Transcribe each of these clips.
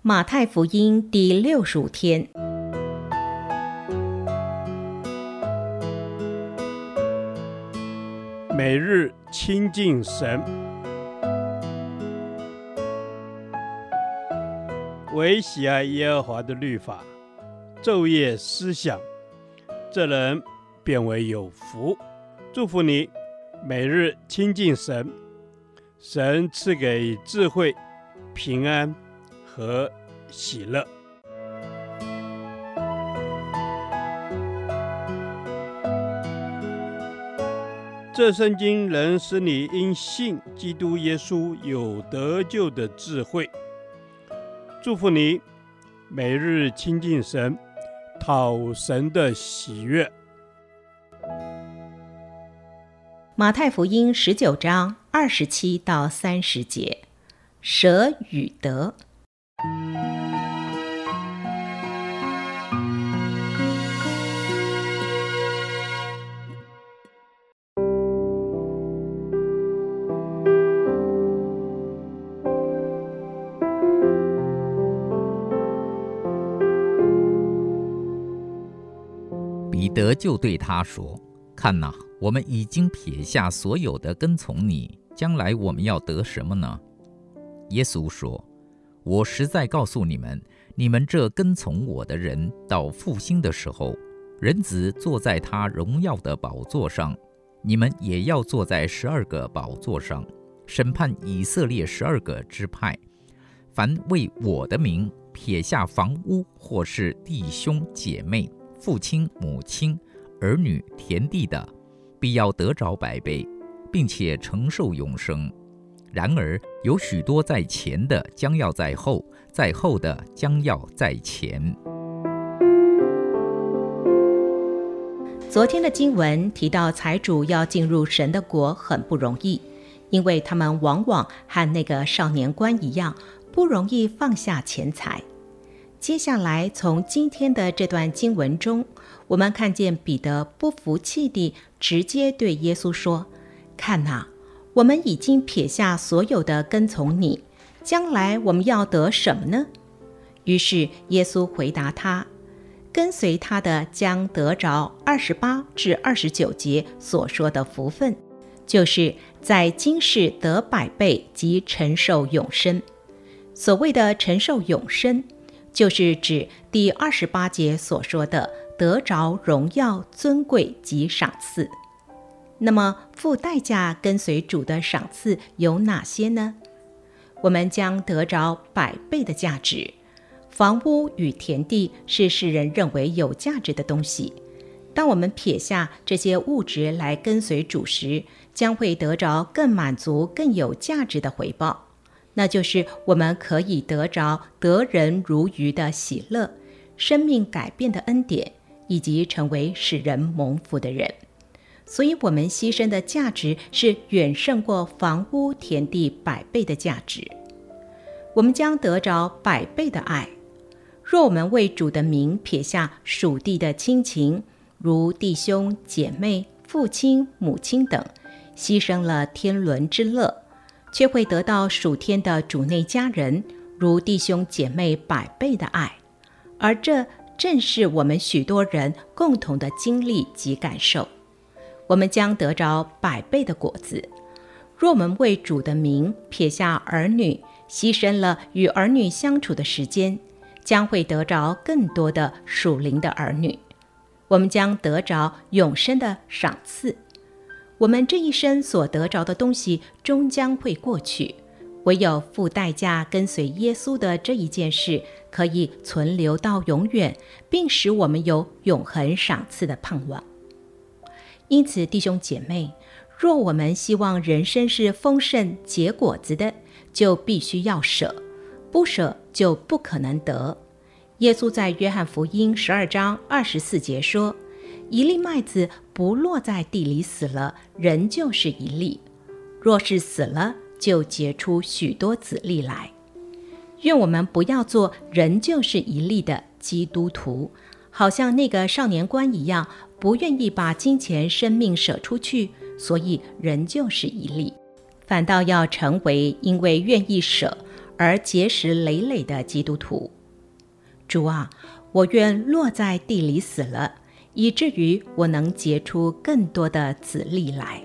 马太福音第65天， 每日亲近神，唯喜爱耶和华的律法，昼夜思想，这人便为有福。祝福你，每日亲近神，神赐给智慧、平安和喜乐。这圣经能使你因信基督耶稣有得救的智慧。祝福你，每日亲近神，讨神的喜悦。 马太福音19章27到30节，舍与得。 彼得就对他说：看哪，我们已经撇下所有的跟从你，将来我们要得什么呢？耶稣说：我实在告诉你们，你们这跟从我的人，到复兴的时候，人子坐在他荣耀的宝座上，你们也要坐在12个宝座上，审判以色列12个支派。凡为我的名撇下房屋，或是弟兄姐妹、父亲母亲、儿女田地的，必要得着100倍，并且承受永生。然而有许多在前的将要在后，在后的将要在前。 昨天的经文提到，财主要进入神的国很不容易，因为他们往往和那个少年官一样，不容易放下钱财。接下来从今天的这段经文中，我们看见彼得不服气地直接对耶稣说：看哪，我们已经撇下所有的跟从你，将来我们要得什么呢？于是耶稣回答他，跟随他的将得着28至29节所说的福分，就是在今世得100倍及承受永生。所谓的承受永生，就是指第28节所说的得着荣耀、尊贵及赏赐。那么付代价跟随主的赏赐有哪些呢？我们将得着100倍的价值。房屋与田地是世人认为有价值的东西，当我们撇下这些物质来跟随主时，将会得着更满足、更有价值的回报，那就是我们可以得着得人如鱼的喜乐、生命改变的恩典，以及成为使人蒙福的人。所以我们牺牲的价值是远胜过房屋田地100倍的价值。我们将得着100倍的爱。若我们为主的名撇下属地的亲情，如弟兄姐妹、父亲母亲等，牺牲了天伦之乐，却会得到属天的主内家人，如弟兄姐妹100倍的爱。而这正是我们许多人共同的经历及感受。我们将得着100倍的果子。若我们为主的名撇下儿女，牺牲了与儿女相处的时间，将会得着更多的属灵的儿女。我们将得着永生的赏赐。我们这一生所得着的东西终将会过去，唯有付代价跟随耶稣的这一件事，可以存留到永远，并使我们有永恒赏赐的盼望。因此弟兄姐妹，若我们希望人生是丰盛结果子的，就必须要舍，不舍就不可能得。耶稣在约翰福音12章24节说：一粒麦子不落在地里死了，仍旧是一粒；若是死了，就结出许多子粒来。愿我们不要做仍旧是一粒的基督徒，好像那个少年官一样，不愿意把金钱生命舍出去，所以仍旧是一粒。反倒要成为因为愿意舍而结实累累的基督徒。主啊，我愿落在地里死了，以至于我能结出更多的子粒来。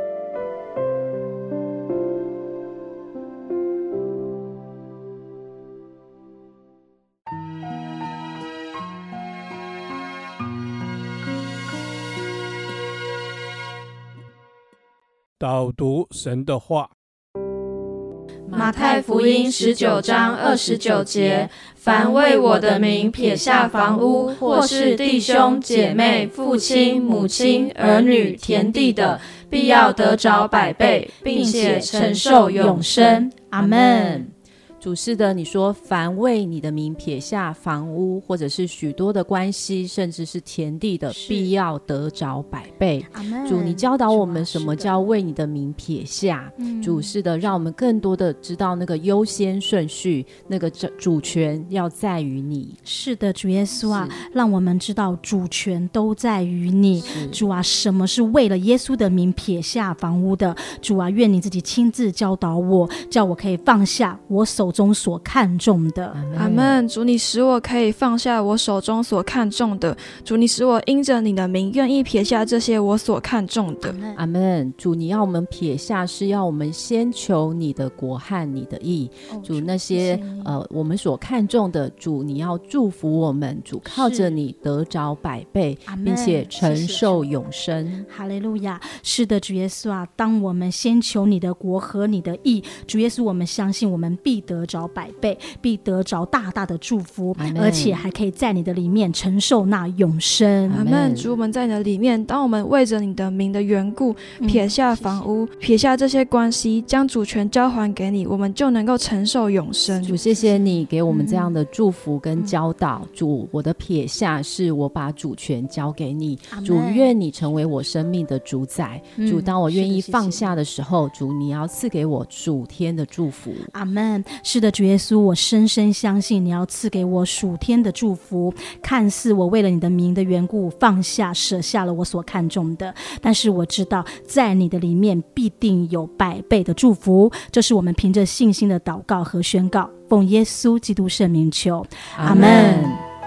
导读神的话。 马太福音19章29节，凡为我的名撇下房屋，或是弟兄姐妹、父亲母亲、儿女、田地的，必要得着100倍，并且承受永生。 阿们。主是的，你说凡为你的名撇下房屋，或者是许多的关系，甚至是田地的，必要得着100倍。主，你教导我们什么叫为你的名撇下。主是的，让我们更多的知道那个优先顺序，那个主权要在于你。 是的，主耶稣啊，让我们知道主权都在于你。主啊，什么是为了耶稣的名撇下房屋的？主啊，愿你自己亲自教导我，叫我可以放下我手中所看重的。 阿们。主，你使我可以放下我手中所看重的。主，你使我因着你的名愿意撇下这些我所看重的。 阿们。主，你要我们撇下，是要我们先求你的国和你的义。主，那些我们所看重的，主你要祝福我们。主，靠着你得着100倍，并且承受永生。 哈利路亚。是的，主耶稣啊，当我们先求你的国和你的义，主耶稣，我们相信我们必得着100倍，必得着大大的祝福，而且还可以在你的里面承受那永生。 阿们。主，我们在你的里面，当我们为着你的名的缘故，撇下房屋，撇下这些关系，将主权交还给你，我们就能够承受永生。 主，谢谢你给我们这样的祝福跟教导。主，我的撇下是我把主权交给你。主，愿你成为我生命的主宰。主，当我愿意放下的时候，主，你要赐给我属天的祝福。 阿们。是的，主耶稣，我深深相信你要赐给我属天的祝福。看似我为了你的名的缘故放下舍下了我所看重的，但是我知道在你的里面必定有100倍的祝福。这是我们凭着信心的祷告和宣告，奉耶稣基督圣名求，阿们。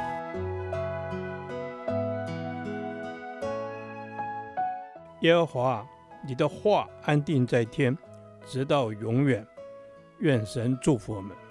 耶和华，你的话安定在天，直到永远。愿神祝福我们。